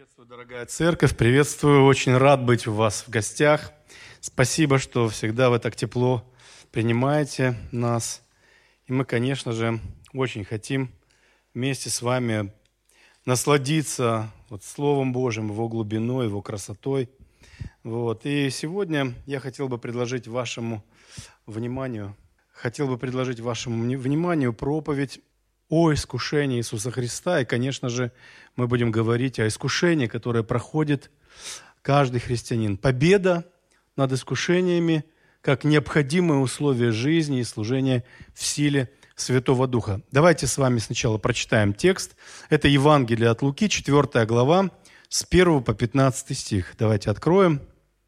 Приветствую, дорогая церковь, приветствую, очень рад быть у вас в гостях. Спасибо, что всегда вы так тепло принимаете нас. И мы, конечно же, очень хотим вместе с вами насладиться Словом Божьим, Его глубиной, Его красотой. И сегодня я хотел бы предложить вашему вниманию проповедь о искушении Иисуса Христа. И, конечно же, мы будем говорить о искушении, которое проходит каждый христианин. Победа над искушениями как необходимое условие жизни и служения в силе Святого Духа. Давайте с вами сначала прочитаем текст. Это Евангелие от Луки, 4 глава, с 1 по 15 стих. Давайте откроем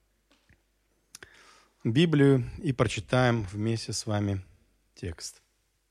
Библию и прочитаем вместе с вами текст.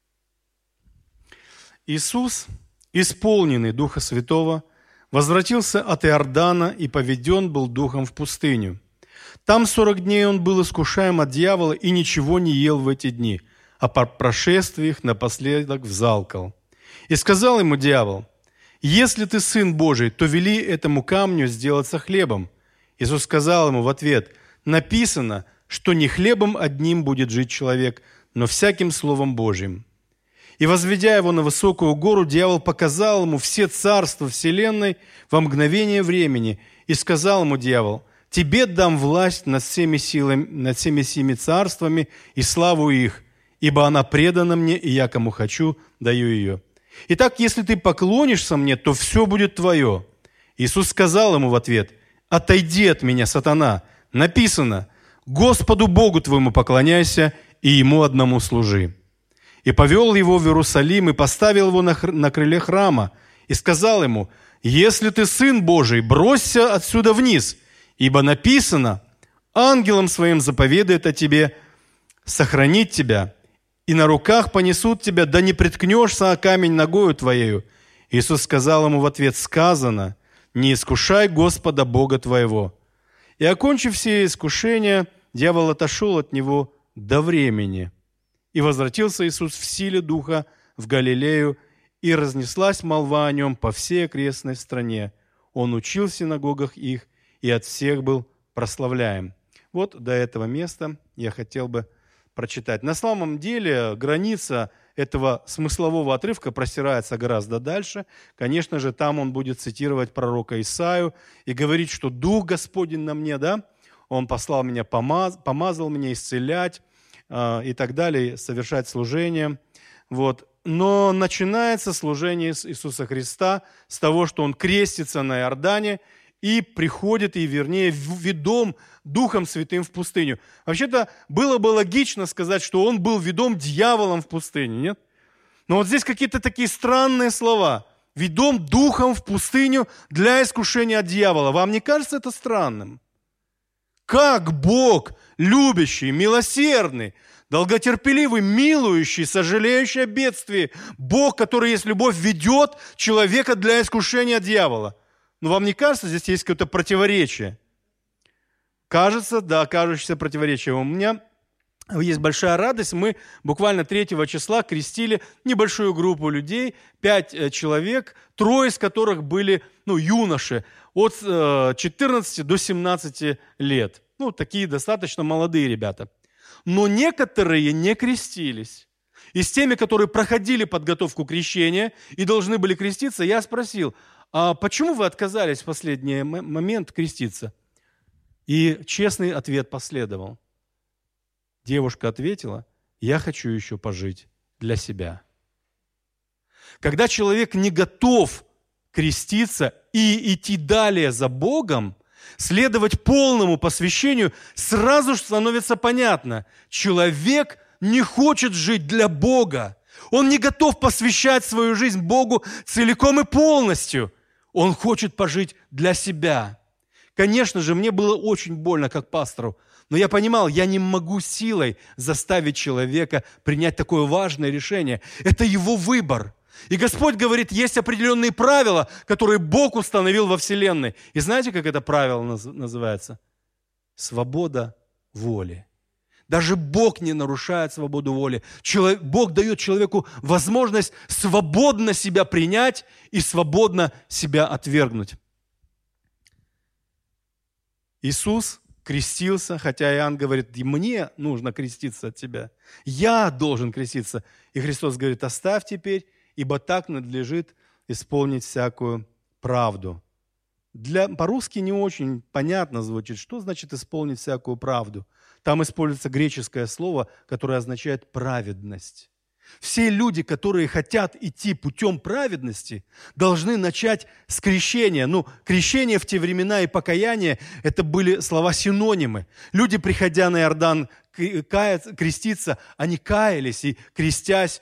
Иисус, исполненный Духа Святого, возвратился от Иордана и поведен был Духом в пустыню. Там 40 дней он был искушаем от дьявола и ничего не ел в эти дни, а по прошествии их напоследок взалкал. И сказал ему дьявол: «Если ты Сын Божий, то вели этому камню сделаться хлебом». Иисус сказал ему в ответ: «Написано, что не хлебом одним будет жить человек, но всяким Словом Божьим». И, возведя его на высокую гору, дьявол показал ему все царства вселенной во мгновение времени. И сказал ему дьявол: «Тебе дам власть над всеми силами, над всеми семи царствами и славу их, ибо она предана мне, и я, кому хочу, даю ее. Итак, если ты поклонишься мне, то все будет твое». Иисус сказал ему в ответ: «Отойди от меня, сатана, написано: Господу Богу твоему поклоняйся и Ему одному служи». И повел его в Иерусалим, и поставил его на крыле храма, и сказал ему: «Если ты Сын Божий, бросься отсюда вниз, ибо написано: ангелам своим заповедует о тебе сохранить тебя, и на руках понесут тебя, да не приткнешься о камень ногою твоею». Иисус сказал ему в ответ: «Сказано: не искушай Господа Бога твоего». И, окончив все искушения, дьявол отошел от него до времени. И возвратился Иисус в силе Духа в Галилею, и разнеслась молва о нем по всей окрестной стране. Он учил в синагогах их, и от всех был прославляем. Вот до этого места я хотел бы прочитать. На самом деле граница этого смыслового отрывка простирается гораздо дальше. Конечно же, там он будет цитировать пророка Исаию и говорить, что «Дух Господень на мне, Он послал меня, помазал меня исцелять, и так далее, совершать служение. Но начинается служение Иисуса Христа с того, что Он крестится на Иордане и приходит, ведом Духом Святым в пустыню. Вообще-то было бы логично сказать, что Он был ведом дьяволом в пустыне, нет? Но вот здесь какие-то такие странные слова. Ведом Духом в пустыню для искушения от дьявола. Вам не кажется это странным? Как Бог, любящий, милосердный, долготерпеливый, милующий, сожалеющий о бедствии, Бог, который есть любовь, ведет человека для искушения дьявола. Но вам не кажется, здесь есть какое-то противоречие? Кажется, да, кажущееся противоречие. У меня есть большая радость. Мы буквально 3 числа крестили небольшую группу людей, 5 человек, 3 из которых были юноши от 14 до 17 лет. Такие достаточно молодые ребята. Но некоторые не крестились. И с теми, которые проходили подготовку крещения и должны были креститься, я спросил: а почему вы отказались в последний момент креститься? И честный ответ последовал. Девушка ответила: я хочу еще пожить для себя. Когда человек не готов креститься и идти далее за Богом, следовать полному посвящению, сразу же становится понятно: человек не хочет жить для Бога. Он не готов посвящать свою жизнь Богу целиком и полностью. Он хочет пожить для себя. Конечно же, мне было очень больно как пастору, но я понимал, я не могу силой заставить человека принять такое важное решение. Это его выбор. И Господь говорит, есть определенные правила, которые Бог установил во Вселенной. И знаете, как это правило называется? Свобода воли. Даже Бог не нарушает свободу воли. Бог дает человеку возможность свободно себя принять и свободно себя отвергнуть. Иисус крестился, хотя Иоанн говорит, и мне нужно креститься от тебя. Я должен креститься. И Христос говорит, оставь теперь, ибо так надлежит исполнить всякую правду. По-русски не очень понятно звучит, что значит исполнить всякую правду. Там используется греческое слово, которое означает праведность. Все люди, которые хотят идти путем праведности, должны начать с крещения. Крещение в те времена и покаяние – это были слова-синонимы. Люди, приходя на Иордан креститься, они каялись и, каясь,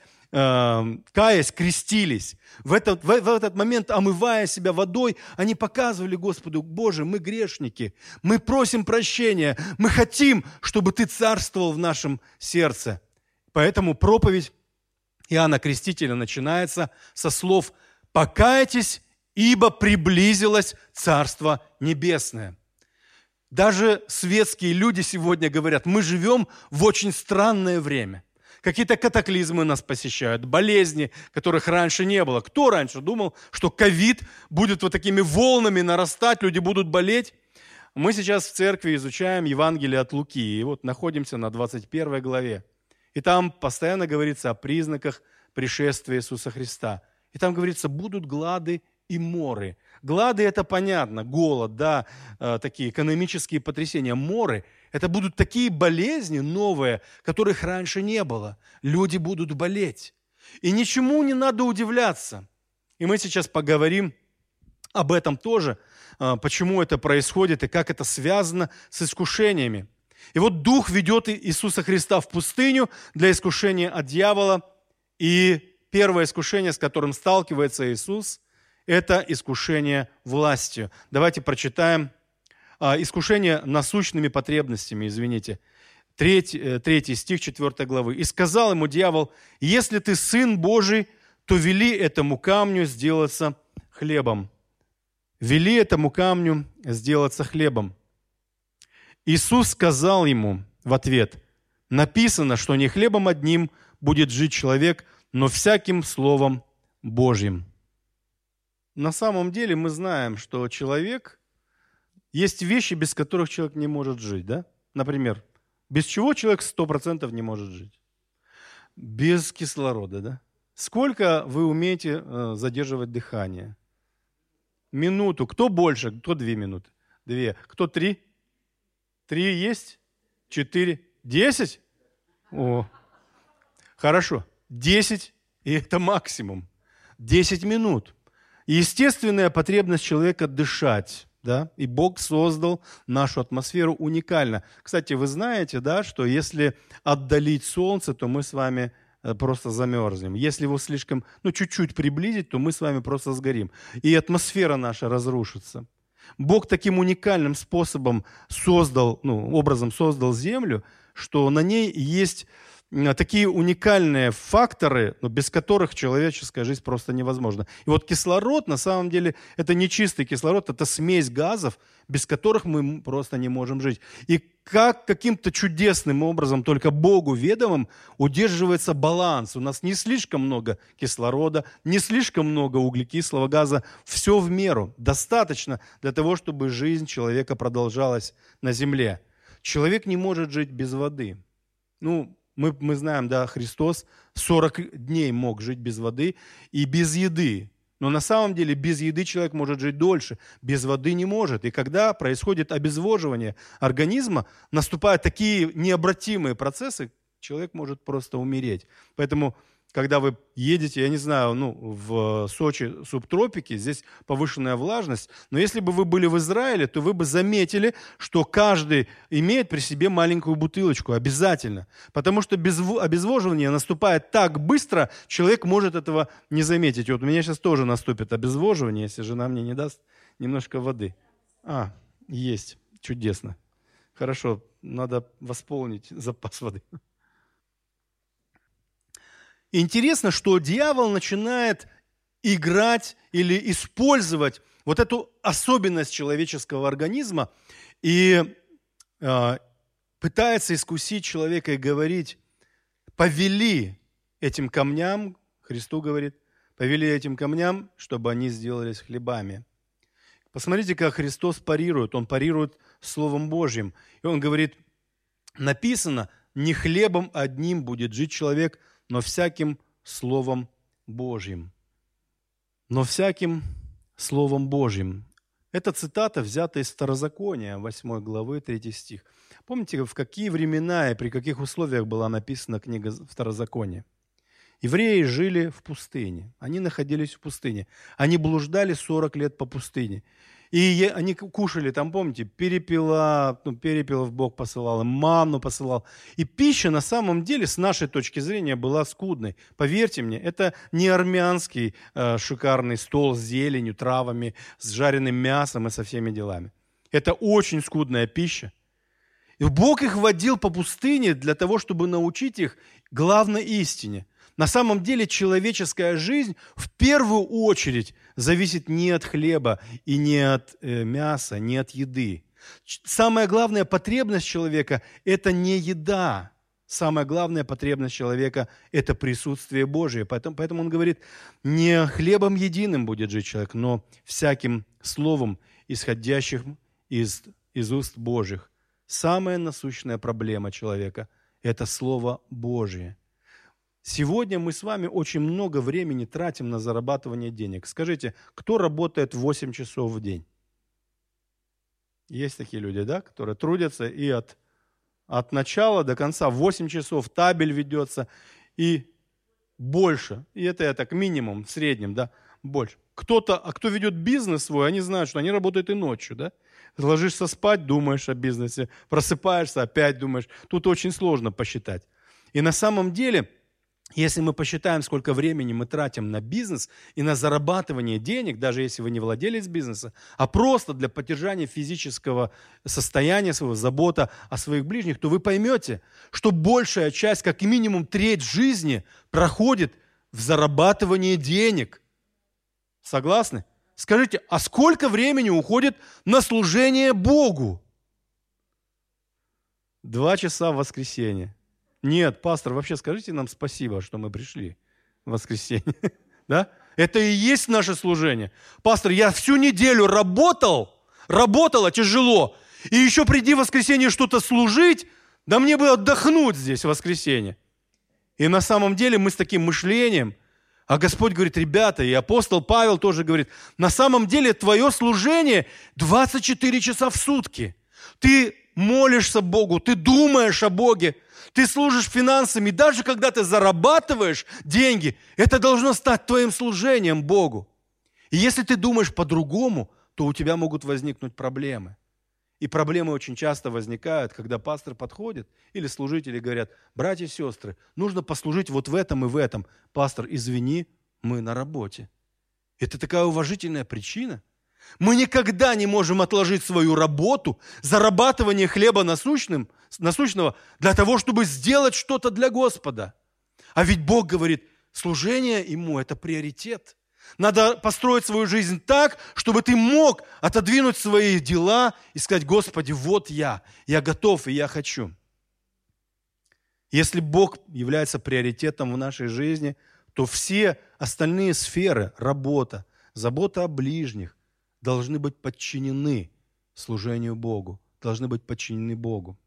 крестились. В этот момент, омывая себя водой, они показывали Господу: Боже, мы грешники, мы просим прощения, мы хотим, чтобы Ты царствовал в нашем сердце. Поэтому проповедь Иоанна Крестителя начинается со слов «Покайтесь, ибо приблизилось Царство Небесное». Даже светские люди сегодня говорят, мы живем в очень странное время. Какие-то катаклизмы нас посещают, болезни, которых раньше не было. Кто раньше думал, что ковид будет вот такими волнами нарастать, люди будут болеть? Мы сейчас в церкви изучаем Евангелие от Луки, и вот находимся на 21 главе. И там постоянно говорится о признаках пришествия Иисуса Христа. И там говорится, будут глады и моры. Глады – это понятно, голод, да, такие экономические потрясения. Моры – это будут такие болезни новые, которых раньше не было. Люди будут болеть. И ничему не надо удивляться. И мы сейчас поговорим об этом тоже, почему это происходит и как это связано с искушениями. И вот Дух ведет Иисуса Христа в пустыню для искушения от дьявола. И первое искушение, с которым сталкивается Иисус, это искушение властью. Давайте прочитаем искушение насущными потребностями, извините. 3 стих 4 главы. «И сказал ему дьявол, если ты Сын Божий, то вели этому камню сделаться хлебом». Вели этому камню сделаться хлебом. Иисус сказал ему в ответ, написано, что не хлебом одним будет жить человек, но всяким словом Божьим. На самом деле мы знаем, что есть вещи, без которых человек не может жить. Да? Например, без чего человек 100% не может жить? Без кислорода. Да? Сколько вы умеете задерживать дыхание? Минуту. Кто больше? Кто 2 минуты? 2. Кто 3? 3 есть? 4? 10? О, хорошо. 10, и это максимум. 10 минут. Естественная потребность человека дышать. Да? И Бог создал нашу атмосферу уникально. Кстати, вы знаете, да, что если отдалить солнце, то мы с вами просто замерзнем. Если его слишком, чуть-чуть приблизить, то мы с вами просто сгорим. И атмосфера наша разрушится. Бог таким уникальным способом образом создал землю, что на ней есть такие уникальные факторы, без которых человеческая жизнь просто невозможна. И вот кислород, на самом деле, это не чистый кислород, это смесь газов, без которых мы просто не можем жить. И каким-то чудесным образом, только Богу ведомым, удерживается баланс. У нас не слишком много кислорода, не слишком много углекислого газа. Все в меру. Достаточно для того, чтобы жизнь человека продолжалась на земле. Человек не может жить без воды. Мы знаем, да, Христос 40 дней мог жить без воды и без еды. Но на самом деле без еды человек может жить дольше, без воды не может. И когда происходит обезвоживание организма, наступают такие необратимые процессы, человек может просто умереть. Поэтому, когда вы едете, я не знаю, в Сочи субтропики, здесь повышенная влажность, но если бы вы были в Израиле, то вы бы заметили, что каждый имеет при себе маленькую бутылочку, обязательно. Потому что обезвоживание наступает так быстро, человек может этого не заметить. И вот у меня сейчас тоже наступит обезвоживание, если жена мне не даст немножко воды. Есть, чудесно. Хорошо, надо восполнить запас воды. Интересно, что дьявол начинает играть или использовать вот эту особенность человеческого организма и пытается искусить человека и говорить, повели этим камням, Христу говорит, повели этим камням, чтобы они сделались хлебами. Посмотрите, как Христос парирует. Он парирует Словом Божьим. И Он говорит, написано, не хлебом одним будет жить человек, но всяким Словом Божьим. Но всяким Словом Божьим. Эта цитата взята из Второзакония, 8 главы, 3 стих. Помните, в какие времена и при каких условиях была написана книга Второзакония? Евреи жили в пустыне. Они находились в пустыне. Они блуждали 40 лет по пустыне. И они кушали там, помните, перепелов Бог посылал, им манну посылал. И пища на самом деле, с нашей точки зрения, была скудной. Поверьте мне, это не армянский шикарный стол с зеленью, травами, с жареным мясом и со всеми делами. Это очень скудная пища. И Бог их водил по пустыне для того, чтобы научить их главной истине. На самом деле человеческая жизнь в первую очередь зависит не от хлеба и не от мяса, не от еды. Самая главная потребность человека – это не еда. Самая главная потребность человека – это присутствие Божие. Поэтому он говорит, не хлебом единым будет жить человек, но всяким словом, исходящим из уст Божьих. Самая насущная проблема человека – это Слово Божие. Сегодня мы с вами очень много времени тратим на зарабатывание денег. Скажите, кто работает 8 часов в день? Есть такие люди, да, которые трудятся и от начала до конца 8 часов табель ведется и больше. И это я так минимум, в среднем, да, больше. Кто ведет бизнес свой, они знают, что они работают и ночью, да. Ложишься спать, думаешь о бизнесе, просыпаешься, опять думаешь. Тут очень сложно посчитать. И на самом деле, если мы посчитаем, сколько времени мы тратим на бизнес и на зарабатывание денег, даже если вы не владелец бизнеса, а просто для поддержания физического состояния своего, забота о своих ближних, то вы поймете, что большая часть, как минимум треть жизни, проходит в зарабатывании денег. Согласны? Скажите, а сколько времени уходит на служение Богу? 2 часа в воскресенье. Нет, пастор, вообще скажите нам спасибо, что мы пришли в воскресенье. Да? Это и есть наше служение. Пастор, я всю неделю работала тяжело, и еще приди в воскресенье что-то служить, да мне бы отдохнуть здесь в воскресенье. И на самом деле мы с таким мышлением, а Господь говорит, ребята, и апостол Павел тоже говорит, на самом деле твое служение 24 часа в сутки. Ты молишься Богу, ты думаешь о Боге, ты служишь финансами, даже когда ты зарабатываешь деньги, это должно стать твоим служением Богу. И если ты думаешь по-другому, то у тебя могут возникнуть проблемы. И проблемы очень часто возникают, когда пастор подходит или служители говорят, братья и сестры, нужно послужить вот в этом и в этом. Пастор, извини, мы на работе. Это такая уважительная причина. Мы никогда не можем отложить свою работу, зарабатывание хлеба насущного для того, чтобы сделать что-то для Господа. А ведь Бог говорит, служение Ему – это приоритет. Надо построить свою жизнь так, чтобы ты мог отодвинуть свои дела и сказать, Господи, вот я готов и я хочу. Если Бог является приоритетом в нашей жизни, то все остальные сферы, работа, забота о ближних, должны быть подчинены служению Богу, должны быть подчинены Богу.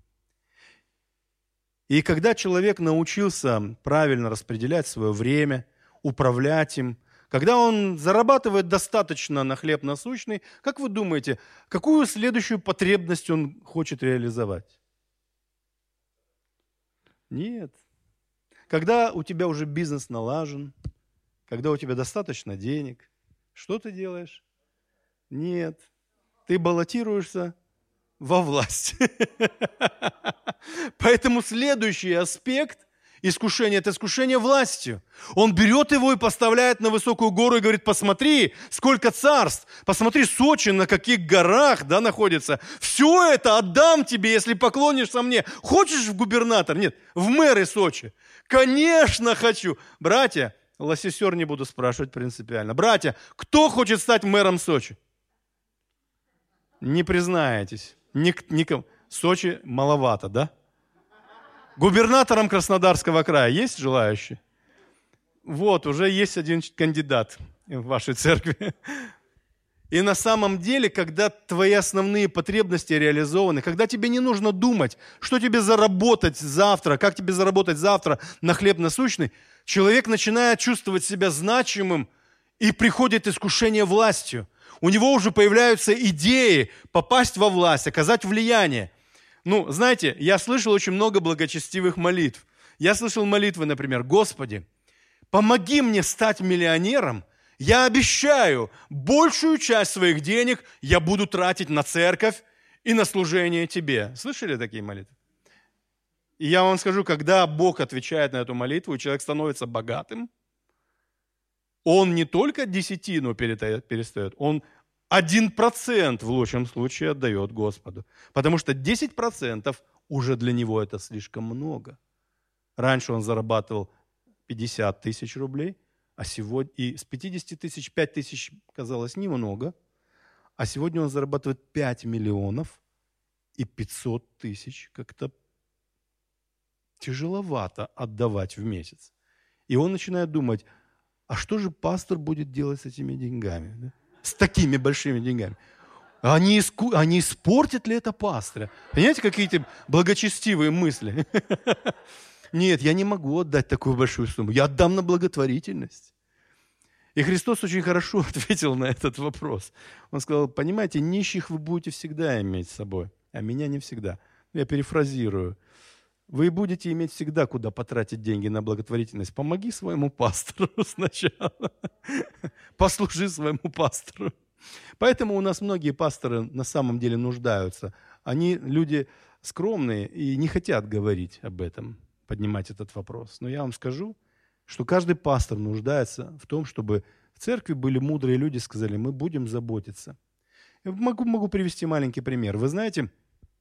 И когда человек научился правильно распределять свое время, управлять им, когда он зарабатывает достаточно на хлеб насущный, как вы думаете, какую следующую потребность он хочет реализовать? Нет. Когда у тебя уже бизнес налажен, когда у тебя достаточно денег, что ты делаешь? Нет. Ты баллотируешься во власть. Поэтому следующий аспект искушения – это искушение властью. Он берет его и поставляет на высокую гору и говорит, посмотри, сколько царств, посмотри, Сочи на каких горах находится. Все это отдам тебе, если поклонишься мне. Хочешь в губернатор? Нет, в мэры Сочи. Конечно, хочу. Братья, сестер не буду спрашивать принципиально. Братья, кто хочет стать мэром Сочи? Не признаетесь. Никому. Сочи маловато, да? Губернатором Краснодарского края есть желающие? Вот, уже есть один кандидат в вашей церкви. И на самом деле, когда твои основные потребности реализованы, когда тебе не нужно думать, что тебе заработать завтра, как тебе заработать завтра на хлеб насущный, человек начинает чувствовать себя значимым, и приходит искушение властью. У него уже появляются идеи попасть во власть, оказать влияние. Знаете, я слышал очень много благочестивых молитв. Я слышал молитвы, например, «Господи, помоги мне стать миллионером, я обещаю, большую часть своих денег я буду тратить на церковь и на служение Тебе». Слышали такие молитвы? И я вам скажу, когда Бог отвечает на эту молитву, и человек становится богатым, он не только десятину перестает, он 1% в лучшем случае отдает Господу. Потому что 10% уже для него это слишком много. Раньше он зарабатывал 50 тысяч рублей, а сегодня и с 50 тысяч 5 тысяч казалось немного, а сегодня он зарабатывает 5 миллионов и 500 тысяч. Как-то тяжеловато отдавать в месяц. И он начинает думать, а что же пастор будет делать с этими деньгами? Да? С такими большими деньгами. Они испортят ли это пастора? Понимаете, какие-то благочестивые мысли? Нет, я не могу отдать такую большую сумму. Я отдам на благотворительность. И Христос очень хорошо ответил на этот вопрос. Он сказал, понимаете, нищих вы будете всегда иметь с собой, а меня не всегда. Я перефразирую. Вы будете иметь всегда, куда потратить деньги на благотворительность. Помоги своему пастору сначала. Послужи своему пастору. Поэтому у нас многие пасторы на самом деле нуждаются. Они люди скромные и не хотят говорить об этом, поднимать этот вопрос. Но я вам скажу, что каждый пастор нуждается в том, чтобы в церкви были мудрые люди, сказали, мы будем заботиться. Я могу привести маленький пример. Вы знаете,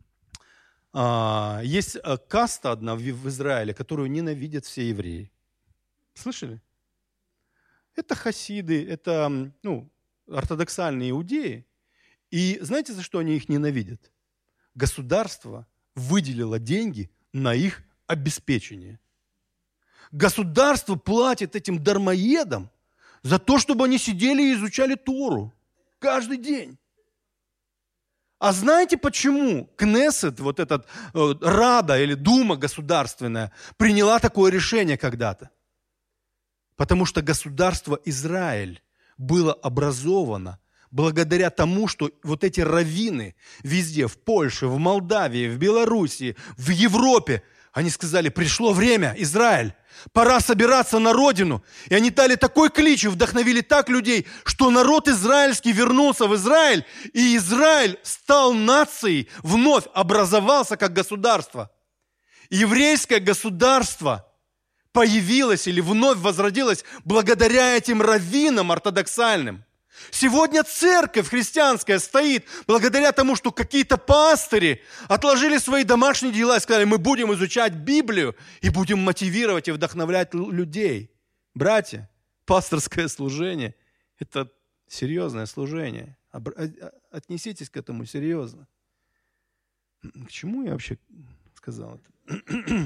есть каста одна в Израиле, которую ненавидят все евреи. Слышали? Это хасиды, это ортодоксальные иудеи. И знаете, за что они их ненавидят? Государство выделило деньги на их обеспечение. Государство платит этим дармоедам за то, чтобы они сидели и изучали Тору каждый день. А знаете, почему Кнессет, вот этот Рада или Дума государственная, приняла такое решение когда-то? Потому что государство Израиль было образовано благодаря тому, что вот эти раввины везде, в Польше, в Молдавии, в Белоруссии, в Европе, они сказали, пришло время, Израиль, пора собираться на родину. И они дали такой клич и вдохновили так людей, что народ израильский вернулся в Израиль, и Израиль стал нацией, вновь образовался как государство. Еврейское государство появилось или вновь возродилось благодаря этим раввинам ортодоксальным. Сегодня церковь христианская стоит благодаря тому, что какие-то пастыри отложили свои домашние дела и сказали, мы будем изучать Библию и будем мотивировать и вдохновлять людей. Братья, пасторское служение – это серьезное служение. Отнеситесь к этому серьезно. К чему я вообще сказал это?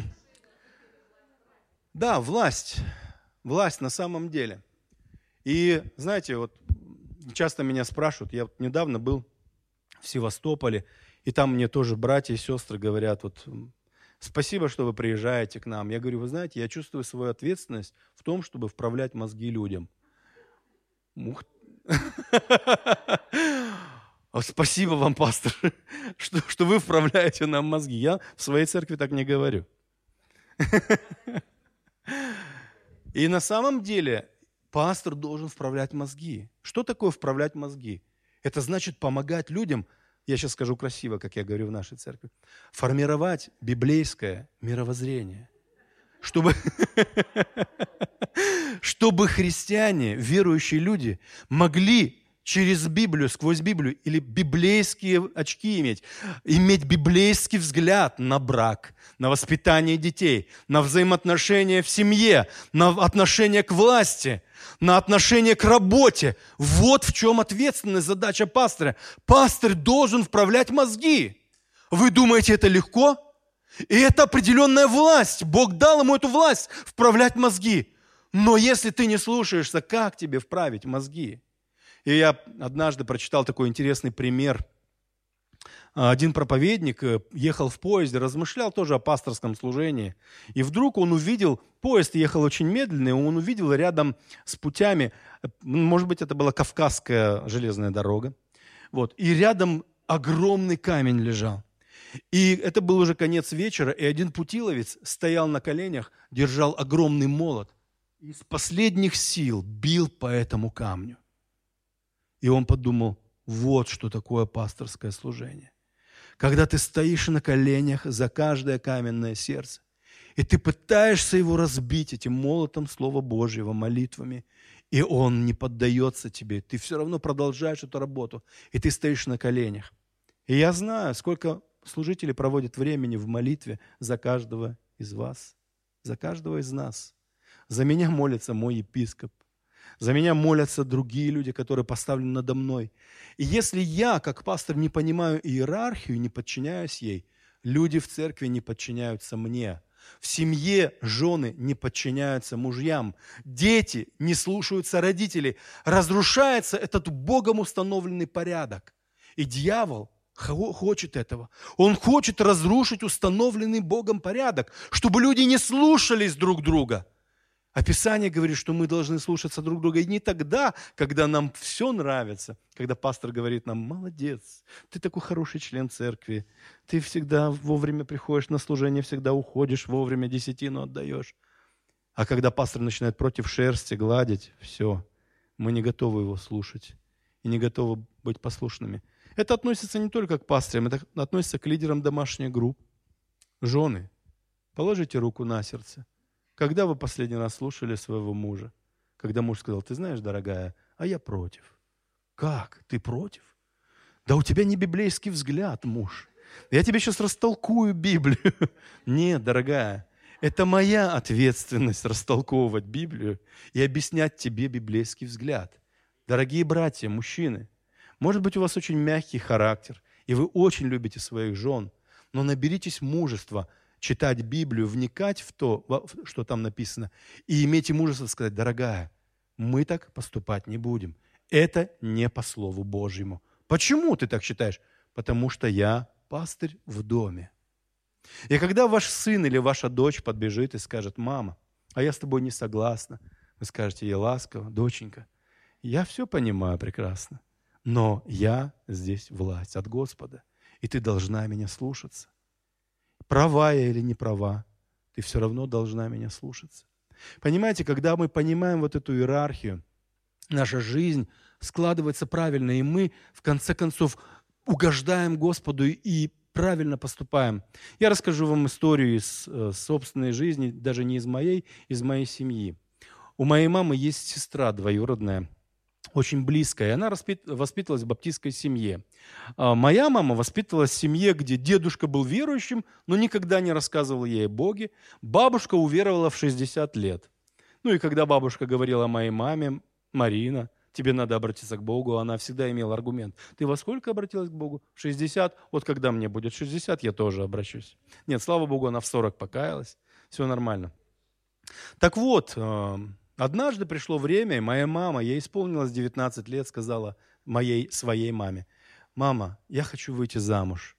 Да, власть. Власть на самом деле. И знаете, вот часто меня спрашивают, я вот недавно был в Севастополе, и там мне тоже братья и сестры говорят, вот, спасибо, что вы приезжаете к нам. Я говорю, вы знаете, я чувствую свою ответственность в том, чтобы вправлять мозги людям. Спасибо вам, пастор, что вы вправляете нам мозги. Я в своей церкви так не говорю. И на самом деле пастор должен вправлять мозги. Что такое вправлять мозги? Это значит помогать людям, я сейчас скажу красиво, как я говорю в нашей церкви, формировать библейское мировоззрение. Чтобы христиане, верующие люди, могли через Библию, сквозь Библию, или библейские очки иметь библейский взгляд на брак, на воспитание детей, на взаимоотношения в семье, на отношение к власти, на отношение к работе. Вот в чем ответственность, задача пастыря. Пастырь должен вправлять мозги. Вы думаете, это легко? И это определенная власть. Бог дал ему эту власть вправлять мозги. Но если ты не слушаешься, как тебе вправить мозги? И я однажды прочитал такой интересный пример. Один проповедник ехал в поезде, размышлял тоже о пасторском служении. И вдруг он увидел, поезд ехал очень медленно, и он увидел рядом с путями, может быть, это была Кавказская железная дорога, вот, и рядом огромный камень лежал. И это был уже конец вечера, и один путиловец стоял на коленях, держал огромный молот, и из последних сил бил по этому камню. И он подумал, вот что такое пасторское служение. Когда ты стоишь на коленях за каждое каменное сердце, и ты пытаешься его разбить этим молотом Слова Божьего, молитвами, и он не поддается тебе, ты все равно продолжаешь эту работу, и ты стоишь на коленях. И я знаю, сколько служители проводят времени в молитве за каждого из вас, за каждого из нас. За меня молится мой епископ, за меня молятся другие люди, которые поставлены надо мной. И если я, как пастор, не понимаю иерархию, не подчиняюсь ей, люди в церкви не подчиняются мне. В семье жены не подчиняются мужьям. Дети не слушаются родителей. Разрушается этот Богом установленный порядок. И дьявол хочет этого. Он хочет разрушить установленный Богом порядок, чтобы люди не слушались друг друга. А Писание говорит, что мы должны слушаться друг друга и не тогда, когда нам все нравится, когда пастор говорит нам: молодец, ты такой хороший член церкви, ты всегда вовремя приходишь на служение, всегда уходишь вовремя, десятину отдаешь. А когда пастор начинает против шерсти гладить, все, мы не готовы его слушать и не готовы быть послушными. Это относится не только к пастырям, это относится к лидерам домашних групп. Жены, положите руку на сердце. Когда вы последний раз слушали своего мужа? Когда муж сказал: ты знаешь, дорогая, а я против. Как? Ты против? Да у тебя не библейский взгляд, муж. Я тебе сейчас растолкую Библию. Нет, дорогая, это моя ответственность растолковывать Библию и объяснять тебе библейский взгляд. Дорогие братья, мужчины, может быть, у вас очень мягкий характер, и вы очень любите своих жен, но наберитесь мужества читать Библию, вникать в то, что там написано, и имейте мужество сказать: дорогая, мы так поступать не будем. Это не по Слову Божьему. Почему ты так считаешь? Потому что я пастырь в доме. И когда ваш сын или ваша дочь подбежит и скажет: мама, а я с тобой не согласна, вы скажете ей ласково: доченька, я все понимаю прекрасно, но я здесь власть от Господа, и ты должна меня слушаться. Права я или не права, ты все равно должна меня слушаться. Понимаете, когда мы понимаем вот эту иерархию, наша жизнь складывается правильно, и мы, в конце концов, угождаем Господу и правильно поступаем. Я расскажу вам историю из собственной жизни, даже не из моей семьи. У моей мамы есть сестра двоюродная, очень близкая, и она воспитывалась в баптистской семье. Моя мама воспитывалась в семье, где дедушка был верующим, но никогда не рассказывал ей о Боге. Бабушка уверовала в 60 лет. Ну и когда бабушка говорила моей маме: Марина, тебе надо обратиться к Богу, она всегда имела аргумент: ты во сколько обратилась к Богу? В 60? Вот когда мне будет 60, я тоже обращусь. Нет, слава Богу, она в 40 покаялась, все нормально. Так вот, однажды пришло время, и моя мама, ей исполнилось 19 лет, сказала своей маме: мама, я хочу выйти замуж.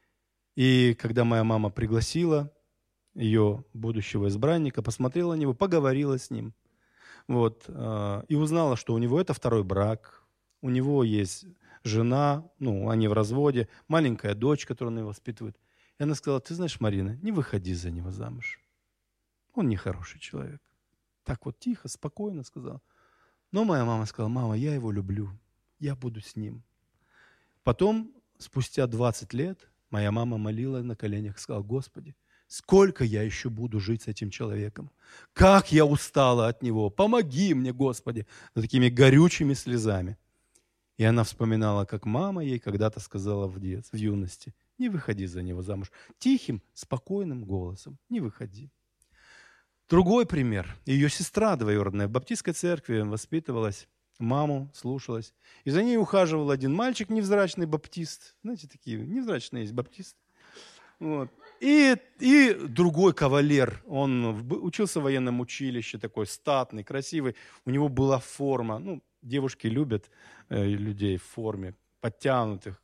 И когда моя мама пригласила ее будущего избранника, посмотрела на него, поговорила с ним, вот, и узнала, что у него это второй брак, у него есть жена, они в разводе, маленькая дочь, которую он воспитывает. И она сказала: ты знаешь, Марина, не выходи за него замуж. Он нехороший человек. Так вот тихо, спокойно сказала. Но моя мама сказала: мама, я его люблю, я буду с ним. Потом, спустя 20 лет, моя мама молила на коленях, сказала: Господи, сколько я еще буду жить с этим человеком? Как я устала от него! Помоги мне, Господи! С такими горючими слезами. И она вспоминала, как мама ей когда-то сказала в юности: не выходи за него замуж. Тихим, спокойным голосом: не выходи. Другой пример. Ее сестра двоюродная в баптистской церкви воспитывалась, маму слушалась. И за ней ухаживал один мальчик, невзрачный баптист. Знаете, такие невзрачные есть баптисты. Вот. И другой кавалер. Он учился в военном училище, такой статный, красивый. У него была форма. девушки любят людей в форме, подтянутых,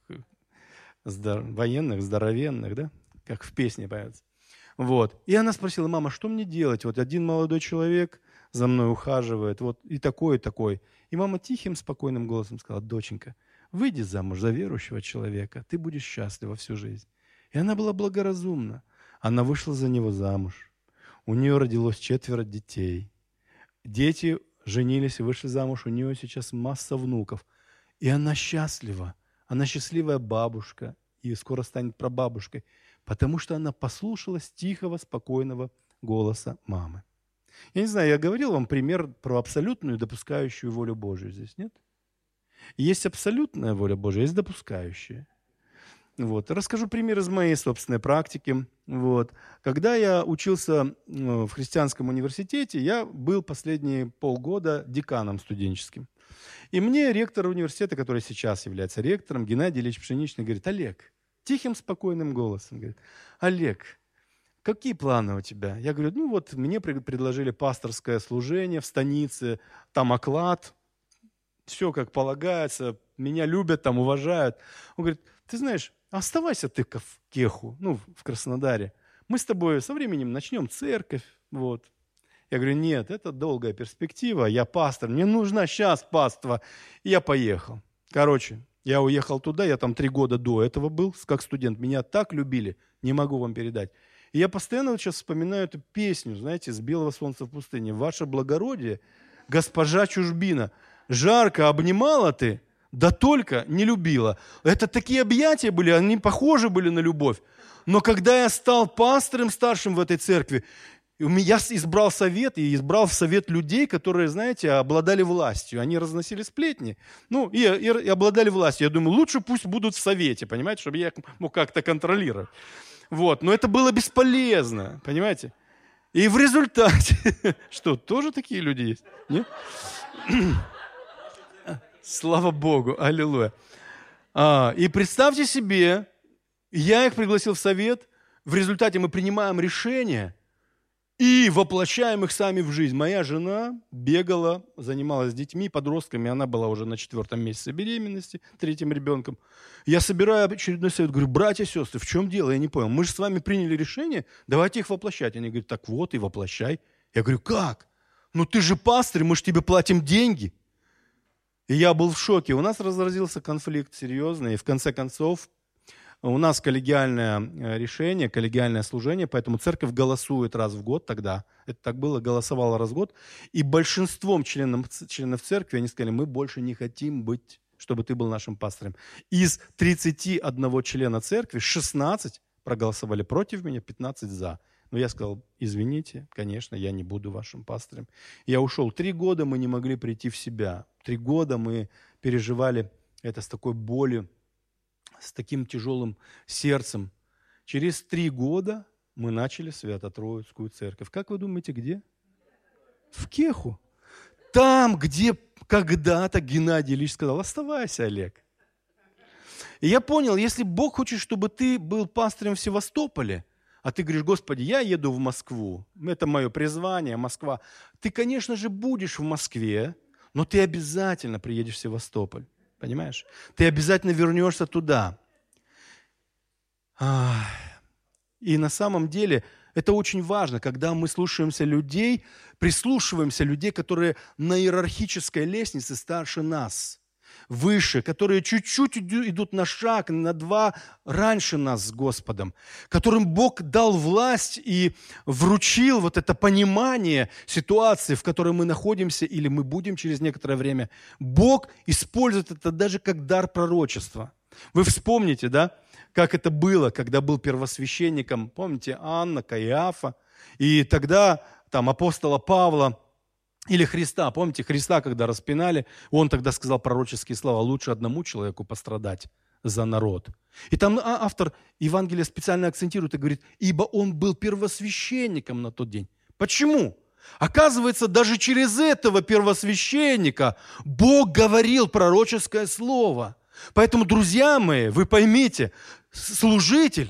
военных, здоровенных, да? Как в песне поется. Вот. И она спросила: мама, что мне делать? Вот один молодой человек за мной ухаживает, вот и такой, и такой. И мама тихим, спокойным голосом сказала: доченька, выйди замуж за верующего человека, ты будешь счастлива всю жизнь. И она была благоразумна. Она вышла за него замуж. У нее родилось 4 детей. Дети женились и вышли замуж. У нее сейчас масса внуков. И она счастлива. Она счастливая бабушка. И скоро станет прабабушкой. Потому что она послушалась тихого, спокойного голоса мамы. Я не знаю, я говорил вам пример про абсолютную допускающую волю Божию. Здесь нет? Есть абсолютная воля Божия, есть допускающая. Вот. Расскажу пример из моей собственной практики. Вот. Когда я учился в христианском университете, я был последние полгода деканом студенческим. И мне ректор университета, который сейчас является ректором, Геннадий Ильич Пшеничный, говорит: Олег, тихим, спокойным голосом, говорит: Олег, какие планы у тебя? Я говорю: ну вот мне предложили пасторское служение в станице, там оклад, все как полагается, меня любят, там уважают. Он говорит: ты знаешь, оставайся ты в Кеху, в Краснодаре. Мы с тобой со временем начнем церковь. Вот. Я говорю: нет, это долгая перспектива, я пастор, мне нужна сейчас паства. И я поехал. Короче, я уехал туда, я там 3 года до этого был, как студент. Меня так любили, не могу вам передать. И я постоянно вот сейчас вспоминаю эту песню, знаете, «С белого солнца в пустыне». «Ваше благородие, госпожа чужбина, жарко обнимала ты, да только не любила». Это такие объятия были, они похожи были на любовь. Но когда я стал пастором старшим в этой церкви, я избрал совет, и избрал в совет людей, которые, знаете, обладали властью. Они разносили сплетни, и обладали властью. Я думаю, лучше пусть будут в совете, понимаете, чтобы я их мог как-то контролировать. Вот. Но это было бесполезно, понимаете. И в результате... Что, тоже такие люди есть? Нет? Слава Богу, аллилуйя. И представьте себе, я их пригласил в совет, в результате мы принимаем решения и воплощаем их сами в жизнь. Моя жена бегала, занималась детьми, подростками, она была уже на 4-м месяце беременности, 3-м ребенком. Я собираю очередной совет, говорю: братья, сестры, в чем дело? Я не понял. Мы же с вами приняли решение, давайте их воплощать. Они говорят: так вот, и воплощай. Я говорю: как? Ну ты же пастырь, мы же тебе платим деньги. И я был в шоке. У нас разразился конфликт серьезный, и в конце концов у нас коллегиальное решение, коллегиальное служение, поэтому церковь голосует раз в год тогда. Это так было, голосовала раз в год. И большинством членов церкви они сказали: мы больше не хотим быть, чтобы ты был нашим пастором. Из 31 члена церкви 16 проголосовали против меня, 15 за. Но я сказал: извините, конечно, я не буду вашим пастором. Я ушел. 3 года мы не могли прийти в себя. 3 года мы переживали это с такой болью, с таким тяжелым сердцем. Через 3 года мы начали Свято-Троицкую церковь. Как вы думаете, где? В Кеху. Там, где когда-то Геннадий Ильич сказал: оставайся, Олег. И я понял, если Бог хочет, чтобы ты был пастором в Севастополе, а ты говоришь: Господи, я еду в Москву, это мое призвание, Москва. Ты, конечно же, будешь в Москве, но ты обязательно приедешь в Севастополь. Понимаешь? Ты обязательно вернешься туда. И на самом деле это очень важно, когда мы слушаемся людей, прислушиваемся людей, которые на иерархической лестнице старше нас, выше, которые чуть-чуть идут на шаг, на 2 раньше нас с Господом, которым Бог дал власть и вручил вот это понимание ситуации, в которой мы находимся или мы будем через некоторое время. Бог использует это даже как дар пророчества. Вы вспомните, да, как это было, когда был первосвященником, помните, Анна, Каиафа, и тогда там апостола Павла или Христа, помните, Христа, когда распинали, он тогда сказал пророческие слова: лучше одному человеку пострадать за народ. И там автор Евангелия специально акцентирует и говорит: ибо он был первосвященником на тот день. Почему? Оказывается, даже через этого первосвященника Бог говорил пророческое слово. Поэтому, друзья мои, вы поймите, служитель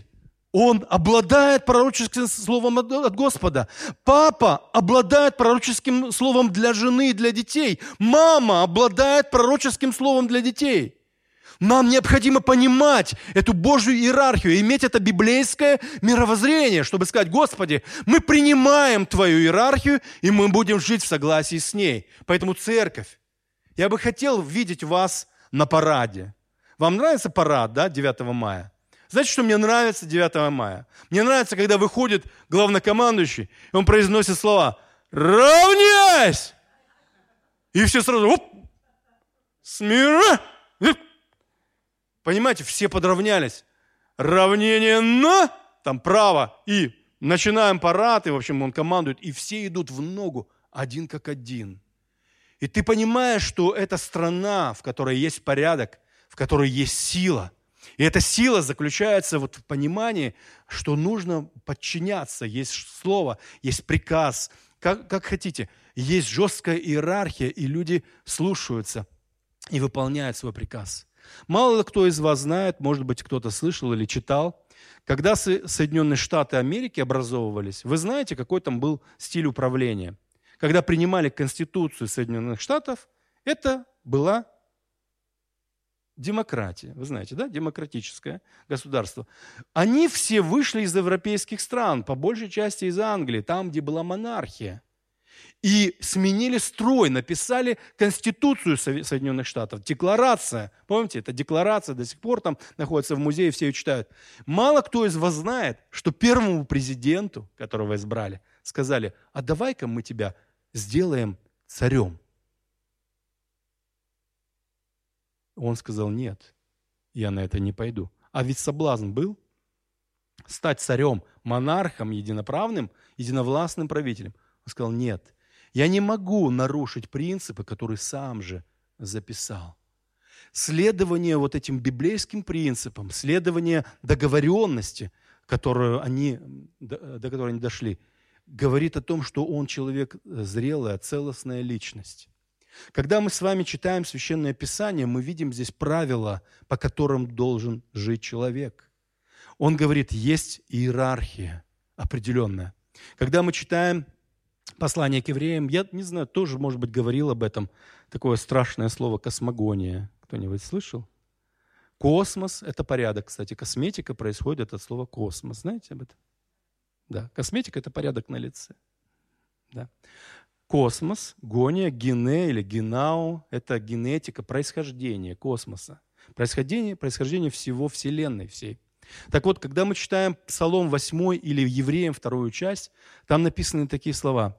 Он обладает пророческим словом от Господа. Папа обладает пророческим словом для жены и для детей. Мама обладает пророческим словом для детей. Нам необходимо понимать эту Божью иерархию, иметь это библейское мировоззрение, чтобы сказать: Господи, мы принимаем Твою иерархию, и мы будем жить в согласии с ней. Поэтому церковь, я бы хотел видеть вас на параде. Вам нравится парад, да, 9 мая? Знаете, что мне нравится 9 мая? Мне нравится, когда выходит главнокомандующий, и он произносит слова: «Равняйсь!» И все сразу: оп, смирно. Понимаете, все подравнялись. Равнение на, там право, и начинаем парад, и, в общем, он командует, и все идут в ногу, один как один. И ты понимаешь, что это страна, в которой есть порядок, в которой есть сила. И эта сила заключается вот в понимании, что нужно подчиняться. Есть слово, есть приказ, как хотите. Есть жесткая иерархия, и люди слушаются и выполняют свой приказ. Мало кто из вас знает, может быть, кто-то слышал или читал, когда Соединенные Штаты Америки образовывались, вы знаете, какой там был стиль управления? Когда принимали Конституцию Соединенных Штатов, это была демократия. Вы знаете, да? Демократическое государство. Они все вышли из европейских стран, по большей части из Англии, там, где была монархия. И сменили строй, написали Конституцию Соединенных Штатов, декларация. Помните, эта декларация до сих пор там находится в музее, все ее читают. Мало кто из вас знает, что первому президенту, которого избрали, сказали: а давай-ка мы тебя сделаем царем. Он сказал: нет, я на это не пойду. А ведь соблазн был стать царем, монархом, единоправным, единовластным правителем. Он сказал: нет, я не могу нарушить принципы, которые сам же записал. Следование вот этим библейским принципам, следование договоренности, до которой они дошли, говорит о том, что он человек зрелая, целостная личность. Когда мы с вами читаем Священное Писание, мы видим здесь правила, по которым должен жить человек. Он говорит, есть иерархия определенная. Когда мы читаем послание к евреям, я не знаю, тоже, может быть, говорил об этом, такое страшное слово космогония. Кто-нибудь слышал? Космос – это порядок, кстати. Косметика происходит от слова космос. Знаете об этом? Да, косметика – это порядок на лице. Да. Космос, гония, гене или генау – это генетика, происхождение космоса. Происхождение всего Вселенной всей. Так вот, когда мы читаем Псалом 8 или Евреям 2 часть, там написаны такие слова.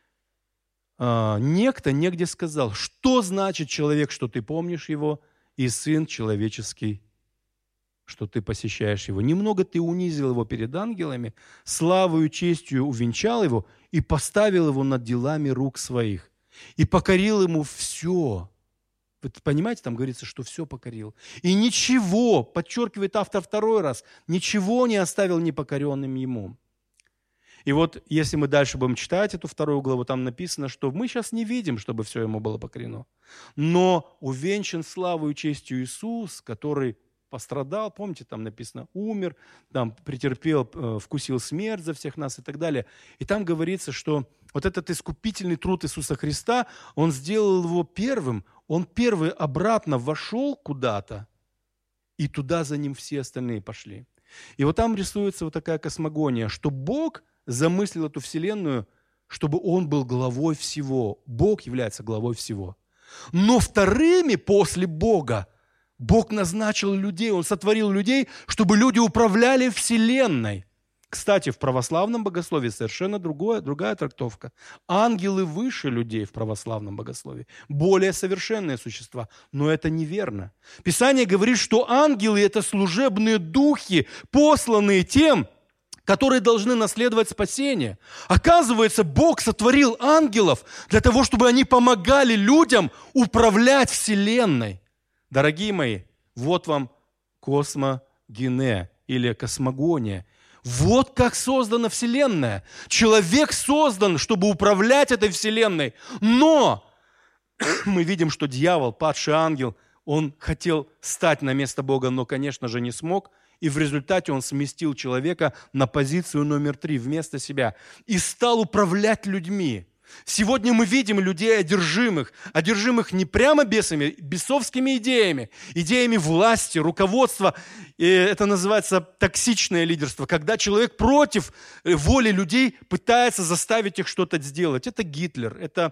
«Некто негде сказал, что значит человек, что ты помнишь его, и сын человеческий, что ты посещаешь его. Немного ты унизил его перед ангелами, славою, честью увенчал его и поставил его над делами рук своих, и покорил ему все». Вы понимаете, там говорится, что все покорил. И ничего, подчеркивает автор 2 раз, ничего не оставил непокоренным ему. И вот, если мы дальше будем читать эту 2 главу, там написано, что мы сейчас не видим, чтобы все ему было покорено. Но увенчан славою и честью Иисус, который пострадал, помните, там написано, умер, там претерпел, вкусил смерть за всех нас и так далее. И там говорится, что вот этот искупительный труд Иисуса Христа, Он сделал его первым, Он первый обратно вошел куда-то, и туда за Ним все остальные пошли. И вот там рисуется вот такая космогония, что Бог замыслил эту вселенную, чтобы Он был главой всего. Бог является главой всего. Но вторыми после Бога Бог назначил людей, Он сотворил людей, чтобы люди управляли вселенной. Кстати, в православном богословии совершенно другая трактовка. Ангелы выше людей в православном богословии, более совершенные существа. Но это неверно. Писание говорит, что ангелы – это служебные духи, посланные тем, которые должны наследовать спасение. Оказывается, Бог сотворил ангелов для того, чтобы они помогали людям управлять вселенной. Дорогие мои, вот вам космогене или космогония. Вот как создана Вселенная. Человек создан, чтобы управлять этой Вселенной. Но мы видим, что дьявол, падший ангел, он хотел стать на место Бога, но, конечно же, не смог. И в результате он сместил человека на позицию номер 3 вместо себя и стал управлять людьми. Сегодня мы видим людей одержимых не прямо бесами, бесовскими идеями, идеями власти, руководства. И это называется токсичное лидерство, когда человек против воли людей пытается заставить их что-то сделать. Это Гитлер, это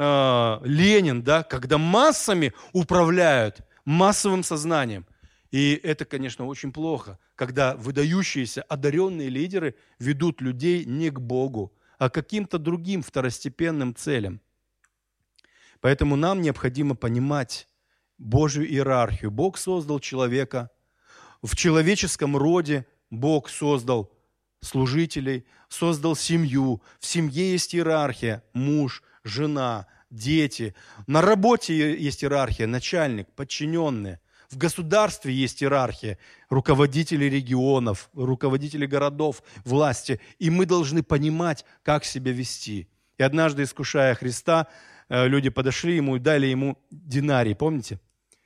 Ленин, да, когда массами управляют, массовым сознанием. И это, конечно, очень плохо, когда выдающиеся, одаренные лидеры ведут людей не к Богу, а к каким-то другим второстепенным целям. Поэтому нам необходимо понимать Божью иерархию. Бог создал человека. В человеческом роде Бог создал служителей, создал семью. В семье есть иерархия. Муж, жена, дети. На работе есть иерархия. Начальник, подчиненные. В государстве есть иерархия, руководители регионов, руководители городов, власти. И мы должны понимать, как себя вести. И однажды, искушая Христа, люди подошли ему и дали ему динарий, помните?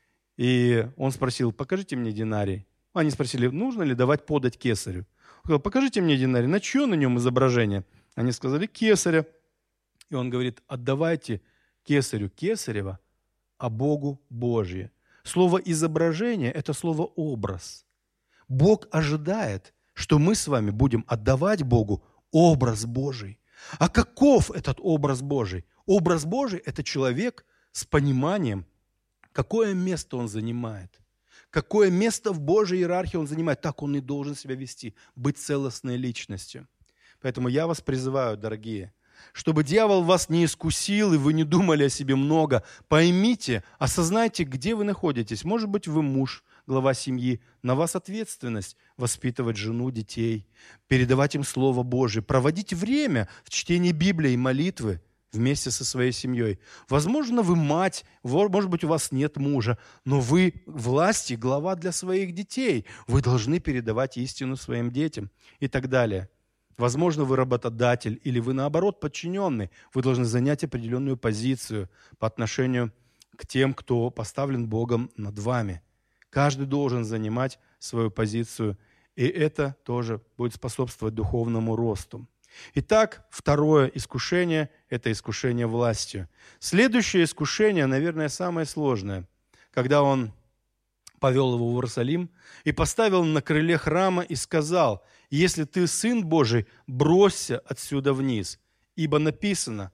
И он спросил: покажите мне динарий. Они спросили: нужно ли подать кесарю? Он сказал: покажите мне динарий. На чье на нем изображение? Они сказали: кесаря. И он говорит: отдавайте кесарю кесарева, а Богу Божье. Слово «изображение» – это слово «образ». Бог ожидает, что мы с вами будем отдавать Богу образ Божий. А каков этот образ Божий? Образ Божий – это человек с пониманием, какое место он занимает. Какое место в Божьей иерархии он занимает, так он и должен себя вести, быть целостной личностью. Поэтому я вас призываю, дорогие, чтобы дьявол вас не искусил, и вы не думали о себе много. Поймите, осознайте, где вы находитесь. Может быть, вы муж, глава семьи. На вас ответственность воспитывать жену, детей, передавать им Слово Божие, проводить время в чтении Библии и молитвы вместе со своей семьей. Возможно, вы мать, может быть, у вас нет мужа, но вы власть и глава для своих детей. Вы должны передавать истину своим детям и так далее. Возможно, вы работодатель или вы, наоборот, подчиненный. Вы должны занять определенную позицию по отношению к тем, кто поставлен Богом над вами. Каждый должен занимать свою позицию, и это тоже будет способствовать духовному росту. Итак, второе искушение – это искушение властью. Следующее искушение, наверное, самое сложное, когда он повел его в Иерусалим и поставил на крыле храма и сказал: «Если ты Сын Божий, бросься отсюда вниз, ибо написано: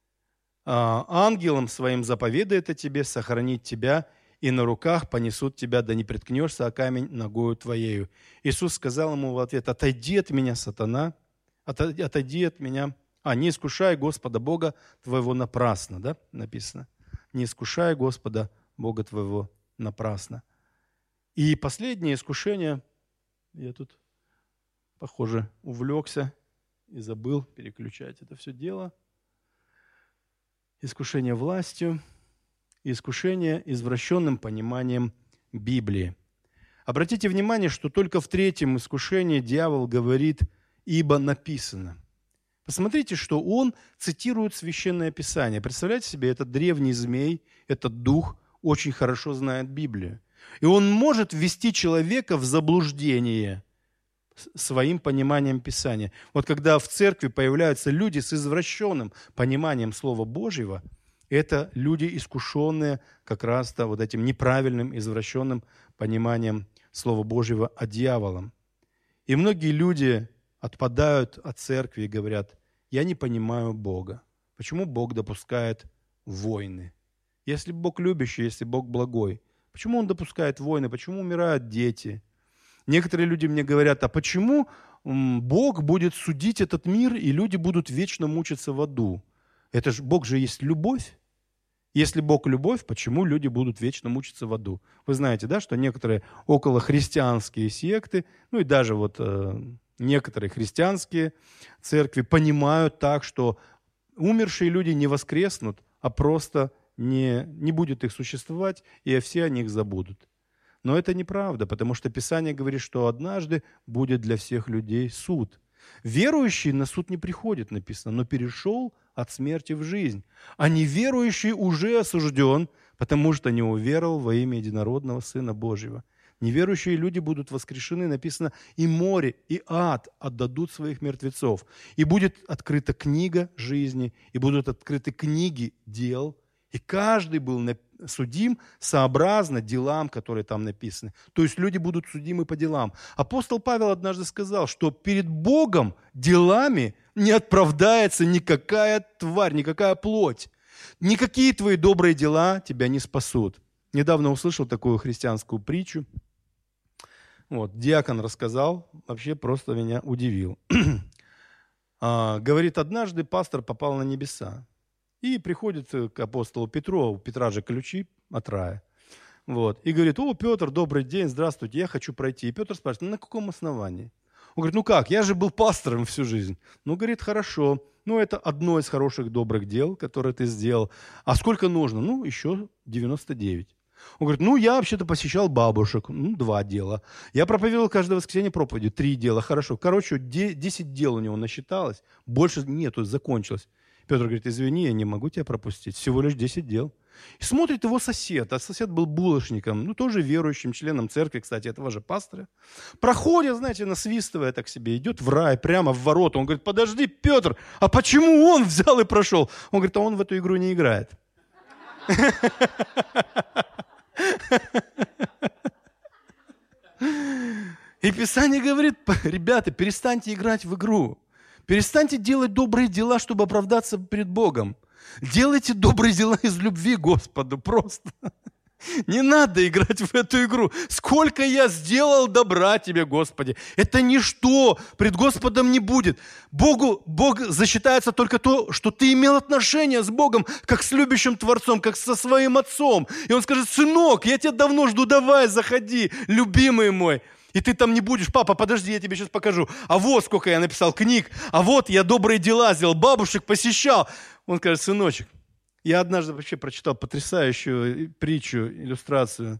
ангелом своим заповедает о тебе сохранить тебя, и на руках понесут тебя, да не приткнешься о камень ногою твоею». Иисус сказал ему в ответ: «Отойди от меня, сатана, отойди от меня, не искушай Господа Бога твоего напрасно». Да, написано. «Не искушай Господа Бога твоего напрасно». И последнее искушение, я тут, похоже, увлекся и забыл переключать это все дело. Искушение властью, искушение извращенным пониманием Библии. Обратите внимание, что только в третьем искушении дьявол говорит: «ибо написано». Посмотрите, что он цитирует Священное Писание. Представляете себе, этот древний змей, этот дух очень хорошо знает Библию. И он может ввести человека в заблуждение своим пониманием Писания. Вот когда в церкви появляются люди с извращенным пониманием Слова Божьего, это люди, искушенные как раз-то вот этим неправильным, извращенным пониманием Слова Божьего от дьявола. И многие люди отпадают от церкви и говорят: «Я не понимаю Бога. Почему Бог допускает войны? Если Бог любящий, если Бог благой, почему Он допускает войны? Почему умирают дети?» Некоторые люди мне говорят: «А почему Бог будет судить этот мир, и люди будут вечно мучиться в аду? Это же Бог же есть любовь. Если Бог любовь, почему люди будут вечно мучиться в аду?» Вы знаете, да, что некоторые околохристианские секты, и даже некоторые христианские церкви понимают так, что умершие люди не воскреснут, а просто не будет их существовать, и все о них забудут. Но это неправда, потому что Писание говорит, что однажды будет для всех людей суд. Верующий на суд не приходит, написано, но перешел от смерти в жизнь. А неверующий уже осужден, потому что не уверовал во имя единородного Сына Божьего. Неверующие люди будут воскрешены, написано, и море, и ад отдадут своих мертвецов. И будет открыта книга жизни, и будут открыты книги дел, и каждый был судим сообразно делам, которые там написаны. То есть люди будут судимы по делам. Апостол Павел однажды сказал, что перед Богом делами не оправдается никакая тварь, никакая плоть. Никакие твои добрые дела тебя не спасут. Недавно услышал такую христианскую притчу. Диакон рассказал, вообще просто меня удивил. Говорит, однажды пастор попал на небеса. И приходит к апостолу Петру, у Петра же ключи от рая. И говорит, Петр, добрый день, здравствуйте, я хочу пройти. И Петр спрашивает, на каком основании? Он говорит, как, я же был пастором всю жизнь. Говорит, хорошо, это одно из хороших добрых дел, которое ты сделал. А сколько нужно? Еще 99. Он говорит, я вообще-то посещал бабушек, 2 дела. Я проповедовал каждое воскресенье проповеди, 3 дела, хорошо. 10 дел у него насчиталось, больше нету, закончилось. Петр говорит, извини, я не могу тебя пропустить, всего лишь 10 дел. И смотрит его сосед, а сосед был булочником, тоже верующим, членом церкви, кстати, этого же пастора. Проходит, насвистывая так себе, идет в рай, прямо в ворота. Он говорит, подожди, Петр, а почему он взял и прошел? Он говорит, а он в эту игру не играет. И Писание говорит, ребята, перестаньте играть в игру. Перестаньте делать добрые дела, чтобы оправдаться перед Богом. Делайте добрые дела из любви к Господу просто. Не надо играть в эту игру. Сколько я сделал добра тебе, Господи. Это ничто пред Господом не будет. Бог засчитается только то, что ты имел отношение с Богом, как с любящим Творцом, как со своим Отцом. И Он скажет, сынок, я тебя давно жду, давай, заходи, любимый мой. И ты там не будешь, папа, подожди, я тебе сейчас покажу. А вот сколько я написал книг, а вот я добрые дела сделал, бабушек посещал. Он скажет, сыночек, я однажды вообще прочитал потрясающую притчу, иллюстрацию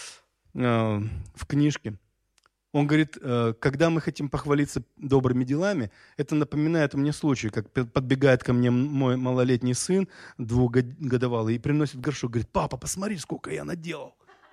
в книжке. Он говорит, когда мы хотим похвалиться добрыми делами, это напоминает мне случай, как подбегает ко мне мой малолетний сын, 2-годовалый, и приносит горшок, говорит, папа, посмотри, сколько я наделал.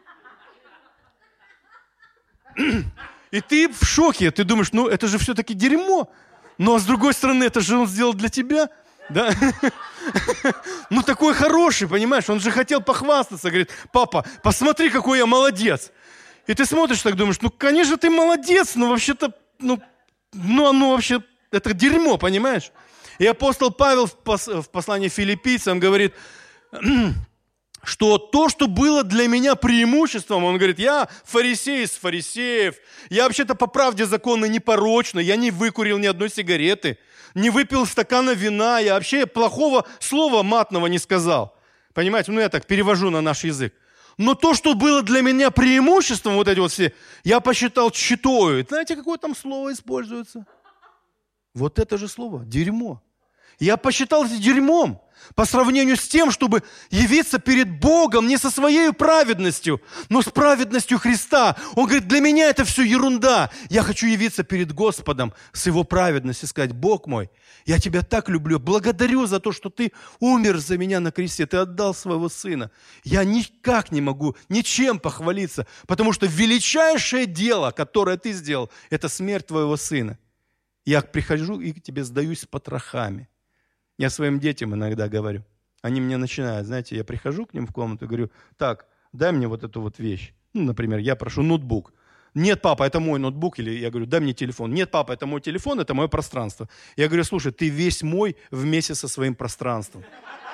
И ты в шоке, ты думаешь, это же все-таки дерьмо. Но с другой стороны, это же он сделал для тебя. Да? Такой хороший, понимаешь, он же хотел похвастаться, говорит, папа, посмотри, какой я молодец. И ты смотришь так, думаешь, конечно, ты молодец, но вообще-то, оно вообще, это дерьмо, понимаешь? И апостол Павел в послании филиппийцам говорит, что то, что было для меня преимуществом, он говорит, я фарисей из фарисеев, я вообще-то по правде закона непорочный, я не выкурил ни одной сигареты, не выпил стакана вина, я вообще плохого слова матного не сказал. Понимаете, я так перевожу на наш язык. Но то, что было для меня преимуществом, вот эти вот все, я посчитал тщетою. Знаете, какое там слово используется? Вот это же слово, дерьмо. Я посчитал это дерьмом по сравнению с тем, чтобы явиться перед Богом не со своей праведностью, но с праведностью Христа. Он говорит, для меня это все ерунда. Я хочу явиться перед Господом с Его праведностью и сказать, Бог мой, я Тебя так люблю, благодарю за то, что Ты умер за меня на кресте, Ты отдал Своего Сына. Я никак не могу ничем похвалиться, потому что величайшее дело, которое Ты сделал, это смерть Твоего Сына. Я прихожу и к Тебе сдаюсь с потрохами. Я своим детям иногда говорю. Они мне начинают, знаете, я прихожу к ним в комнату и говорю, так, дай мне вот эту вот вещь. Например, я прошу ноутбук. Нет, папа, это мой ноутбук. Или я говорю, дай мне телефон. Нет, папа, это мой телефон, это мое пространство. Я говорю, слушай, ты весь мой вместе со своим пространством.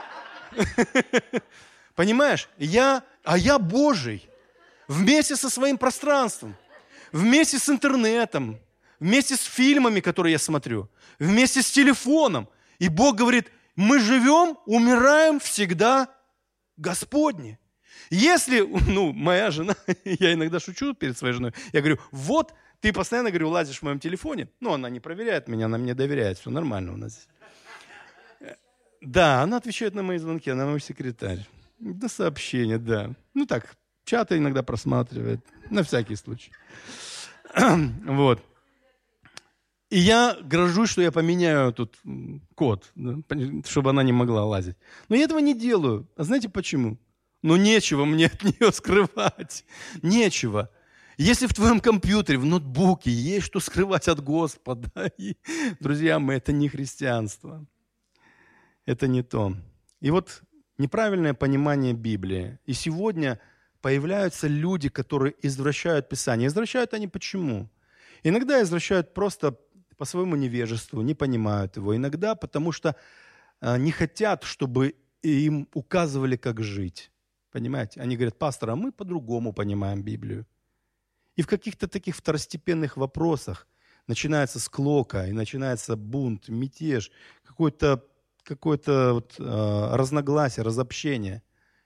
Понимаешь? Я Божий. Вместе со своим пространством. Вместе с интернетом. Вместе с фильмами, которые я смотрю. Вместе с телефоном. И Бог говорит, мы живем, умираем всегда Господне. Если, моя жена, я иногда шучу перед своей женой, я говорю, вот, ты постоянно, говорю, лазишь в моем телефоне, она не проверяет меня, она мне доверяет, все нормально у нас здесь. Да, она отвечает на мои звонки, она мой секретарь. На сообщения, да. Так, чаты иногда просматривает, на всякий случай. Вот. И я грожусь, что я поменяю тут код, чтобы она не могла лазить. Но я этого не делаю. А знаете почему? Нечего мне от нее скрывать. Нечего. Если в твоем компьютере, в ноутбуке есть что скрывать от Господа, друзья мои, это не христианство. Это не то. И вот неправильное понимание Библии. И сегодня появляются люди, которые извращают Писание. Извращают они почему? Иногда извращают просто по своему невежеству, не понимают его. Иногда потому что не хотят, чтобы им указывали, как жить. Понимаете? Они говорят: пастор, а мы по-другому понимаем Библию. И в каких-то таких второстепенных вопросах начинается склока, и начинается бунт, мятеж, какое-то разногласие, разобщение.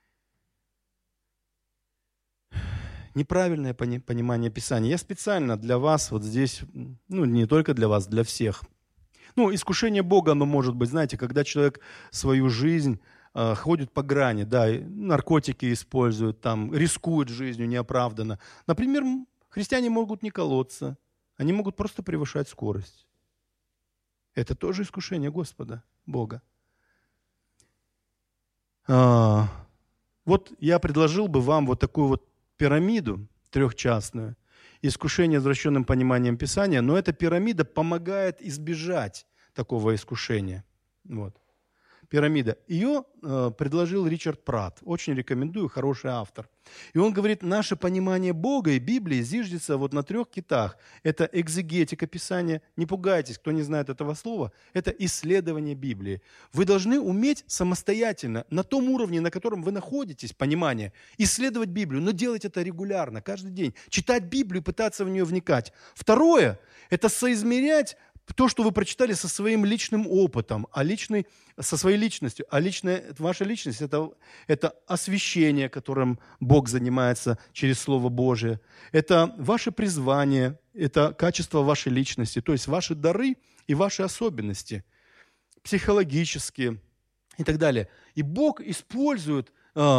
Неправильное понимание Писания. Я специально для вас вот здесь, не только для вас, для всех. Искушение Бога, оно может быть, знаете, когда человек свою жизнь ходит по грани, да, наркотики использует, там, рискует жизнью неоправданно. Например, христиане могут не колоться, они могут просто превышать скорость. Это тоже искушение Господа, Бога. Вот я предложил бы вам вот такую вот пирамиду трехчастную, искушение извращенным пониманием Писания, но эта пирамида помогает избежать такого искушения. Вот. Пирамида. Ее предложил Ричард Пратт. Очень рекомендую, хороший автор. И он говорит, наше понимание Бога и Библии зиждется вот на 3 китах. Это экзегетика Писания. Не пугайтесь, кто не знает этого слова. Это исследование Библии. Вы должны уметь самостоятельно, на том уровне, на котором вы находитесь, понимание, исследовать Библию, но делать это регулярно, каждый день. Читать Библию, пытаться в нее вникать. Второе – это соизмерять то, что вы прочитали, со своим личным опытом, со своей личностью. Ваша личность – это освящение, которым Бог занимается через Слово Божие. Это ваше призвание, это качество вашей личности, то есть ваши дары и ваши особенности, психологические и так далее. И Бог использует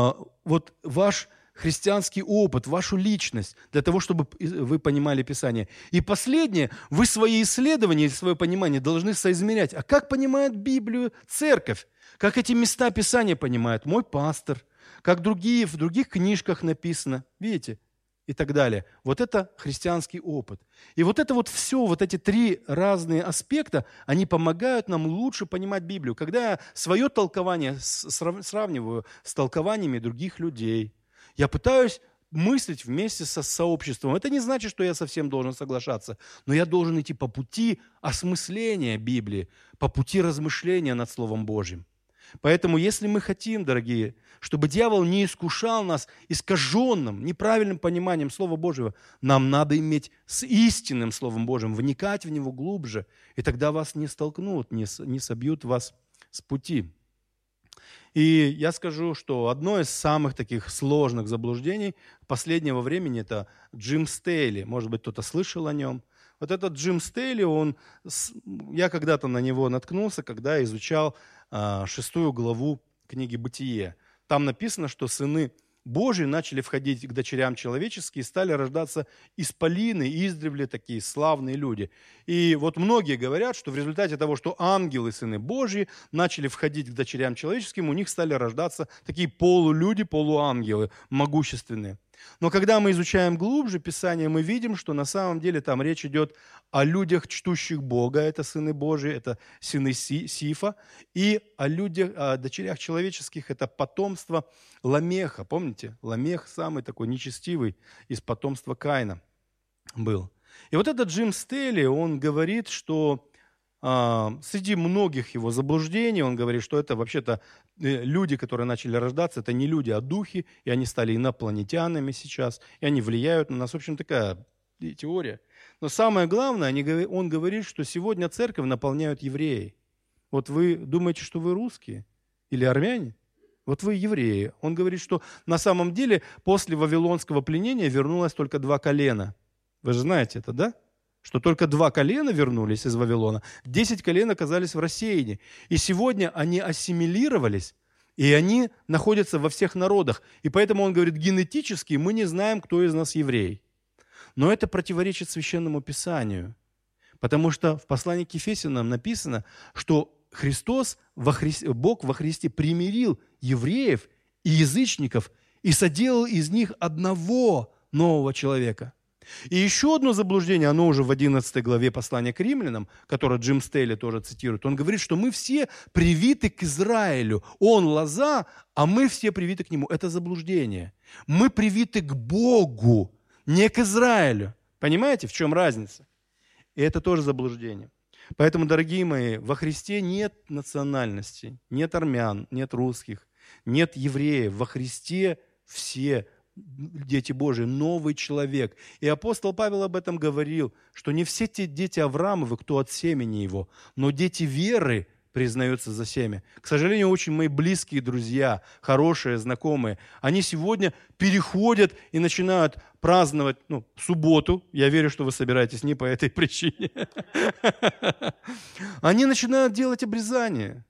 вот ваш христианский опыт, вашу личность, для того, чтобы вы понимали Писание. И последнее, вы свои исследования или свое понимание должны соизмерять. А как понимает Библию церковь? Как эти места Писания понимает мой пастор? Как в других книжках написано? Видите? И так далее. Вот это христианский опыт. И вот это вот все, вот эти 3 разные аспекта, они помогают нам лучше понимать Библию. Когда я свое толкование сравниваю с толкованиями других людей, я пытаюсь мыслить вместе со сообществом. Это не значит, что я совсем должен соглашаться, но я должен идти по пути осмысления Библии, по пути размышления над Словом Божьим. Поэтому, если мы хотим, дорогие, чтобы дьявол не искушал нас искаженным, неправильным пониманием Слова Божьего, нам надо иметь с истинным Словом Божьим, вникать в него глубже, и тогда вас не столкнут, не собьют вас с пути. И я скажу, что одно из самых таких сложных заблуждений последнего времени – это Джим Стейли. Может быть, кто-то слышал о нем. Вот этот Джим Стейли, я когда-то на него наткнулся, когда изучал 6 главу книги «Бытие». Там написано, что сыны Божьи начали входить к дочерям человеческим и стали рождаться исполины, издревле такие славные люди. И вот многие говорят, что в результате того, что ангелы, сыны Божьи, начали входить к дочерям человеческим, у них стали рождаться такие полулюди, полуангелы, могущественные. Но когда мы изучаем глубже Писание, мы видим, что на самом деле там речь идет о людях, чтущих Бога, это сыны Божьи, это сыны Сифа, и о дочерях человеческих, это потомство Ламеха. Помните? Ламех самый такой нечестивый из потомства Каина был. И вот этот Джим Стейли, он говорит, что среди многих его заблуждений, он говорит, что это вообще-то люди, которые начали рождаться, это не люди, а духи, и они стали инопланетянами сейчас, и они влияют на нас. В общем, такая теория. Но самое главное, он говорит, что сегодня церковь наполняют евреи. Вот вы думаете, что вы русские или армяне? Вот вы евреи. Он говорит, что на самом деле после вавилонского пленения вернулось только 2 колена. Вы же знаете это, да? Что только 2 колена вернулись из Вавилона, 10 колен оказались в рассеянии. И сегодня они ассимилировались, и они находятся во всех народах. И поэтому он говорит, генетически мы не знаем, кто из нас еврей. Но это противоречит Священному Писанию. Потому что в послании к Ефесянам написано, что Бог во Христе примирил евреев и язычников и соделал из них одного нового человека. И еще одно заблуждение, оно уже в 11 главе послания к римлянам, которое Джим Стейли тоже цитирует. Он говорит, что мы все привиты к Израилю. Он лоза, а мы все привиты к нему. Это заблуждение. Мы привиты к Богу, не к Израилю. Понимаете, в чем разница? И это тоже заблуждение. Поэтому, дорогие мои, во Христе нет национальностей, нет армян, нет русских, нет евреев. Во Христе все дети Божии, новый человек. И апостол Павел об этом говорил, что не все те дети Авраамовы, кто от семени его, но дети веры признаются за семя. К сожалению, очень мои близкие друзья, хорошие, знакомые, они сегодня переходят и начинают праздновать субботу. Я верю, что вы собираетесь не по этой причине. Они начинают делать обрезание.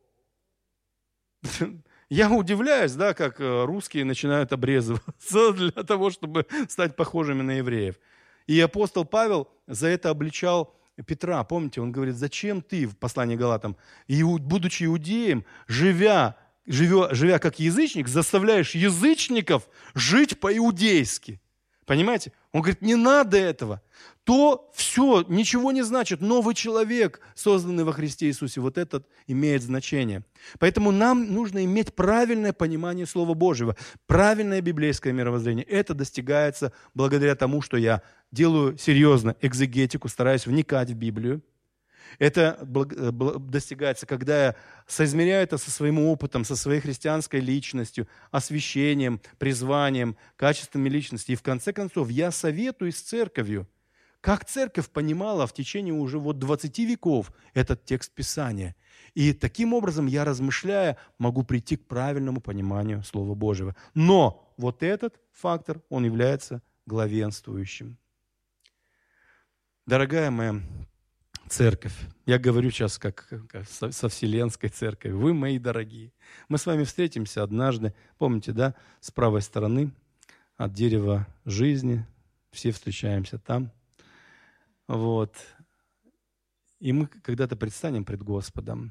Я удивляюсь, как русские начинают обрезываться для того, чтобы стать похожими на евреев. И апостол Павел за это обличал Петра. Помните, он говорит, зачем ты, в послании к Галатам, будучи иудеем, живя как язычник, заставляешь язычников жить по-иудейски? Понимаете? Он говорит, не надо этого. То все, ничего не значит. Новый человек, созданный во Христе Иисусе, вот этот имеет значение. Поэтому нам нужно иметь правильное понимание Слова Божьего, правильное библейское мировоззрение. Это достигается благодаря тому, что я делаю серьезно экзегетику, стараюсь вникать в Библию. Это достигается, когда я соизмеряю это со своим опытом, со своей христианской личностью, освящением, призванием, качествами личности. И в конце концов я советую с церковью, как церковь понимала в течение уже 20 веков этот текст Писания. И таким образом я, размышляя, могу прийти к правильному пониманию Слова Божьего. Но вот этот фактор, он является главенствующим. Дорогая моя церковь, я говорю сейчас как со Вселенской церковью, вы мои дорогие. Мы с вами встретимся однажды, помните, с правой стороны от дерева жизни, все встречаемся там. И мы когда-то предстанем пред Господом.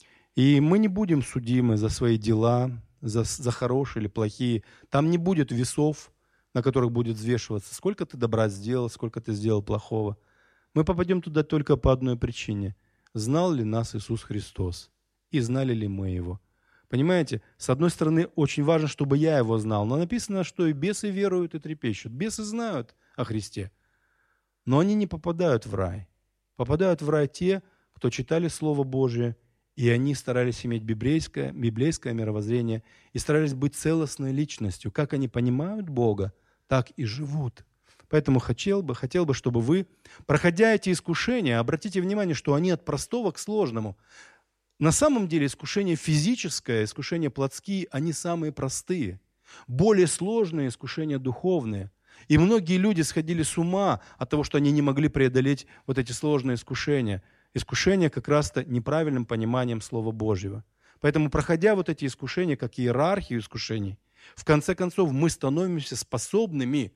И мы не будем судимы за свои дела, за хорошие или плохие. Там не будет весов, на которых будет взвешиваться, сколько ты добра сделал, сколько ты сделал плохого. Мы попадем туда только по одной причине. Знал ли нас Иисус Христос? И знали ли мы Его? Понимаете, с одной стороны, очень важно, чтобы я Его знал. Но написано, что и бесы веруют и трепещут. Бесы знают о Христе. Но они не попадают в рай. Попадают в рай те, кто читали Слово Божие, и они старались иметь библейское мировоззрение, и старались быть целостной личностью. Как они понимают Бога, так и живут. Поэтому хотел бы, чтобы вы, проходя эти искушения, обратите внимание, что они от простого к сложному. На самом деле искушение физическое, искушения плотские, они самые простые. Более сложные искушения духовные. И многие люди сходили с ума от того, что они не могли преодолеть вот эти сложные искушения. Искушения как раз-то неправильным пониманием Слова Божьего. Поэтому, проходя вот эти искушения, как иерархию искушений, в конце концов мы становимся способными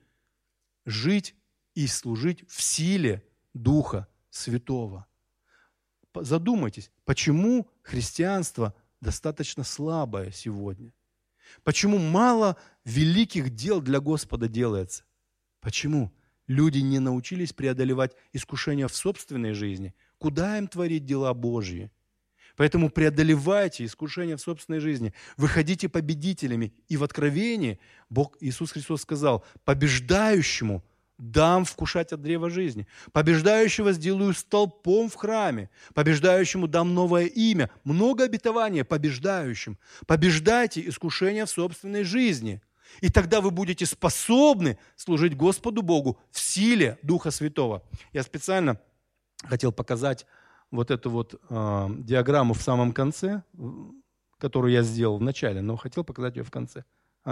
жить и служить в силе Духа Святого. Задумайтесь, почему христианство достаточно слабое сегодня? Почему мало великих дел для Господа делается? Почему? Люди не научились преодолевать искушения в собственной жизни. Куда им творить дела Божьи? Поэтому преодолевайте искушения в собственной жизни. Выходите победителями. И в Откровении Иисус Христос сказал, побеждающему дам вкушать от древа жизни. Побеждающего сделаю столпом в храме. Побеждающему дам новое имя. Много обетования побеждающим. Побеждайте искушения в собственной жизни. И тогда вы будете способны служить Господу Богу в силе Духа Святого. Я специально хотел показать вот эту диаграмму в самом конце, которую я сделал в начале, но хотел показать ее в конце.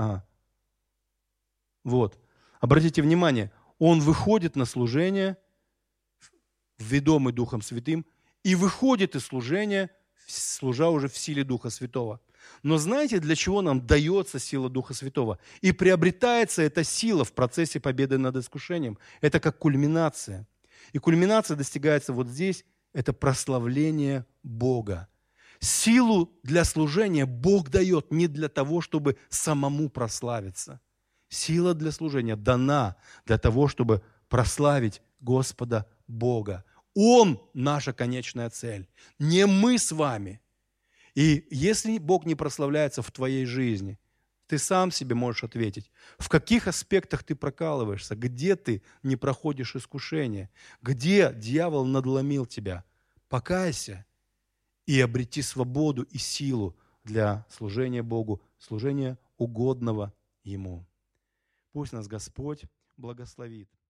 Обратите внимание, он выходит на служение, ведомый Духом Святым, и выходит из служения, служа уже в силе Духа Святого. Но знаете, для чего нам дается сила Духа Святого? И приобретается эта сила в процессе победы над искушением. Это как кульминация. И кульминация достигается вот здесь. Это прославление Бога. Силу для служения Бог дает не для того, чтобы самому прославиться. Сила для служения дана для того, чтобы прославить Господа Бога. Он наша конечная цель, не мы с вами. И если Бог не прославляется в твоей жизни, ты сам себе можешь ответить, в каких аспектах ты прокалываешься, где ты не проходишь искушения, где дьявол надломил тебя. Покайся и обрети свободу и силу для служения Богу, служения угодного Ему. Пусть нас Господь благословит.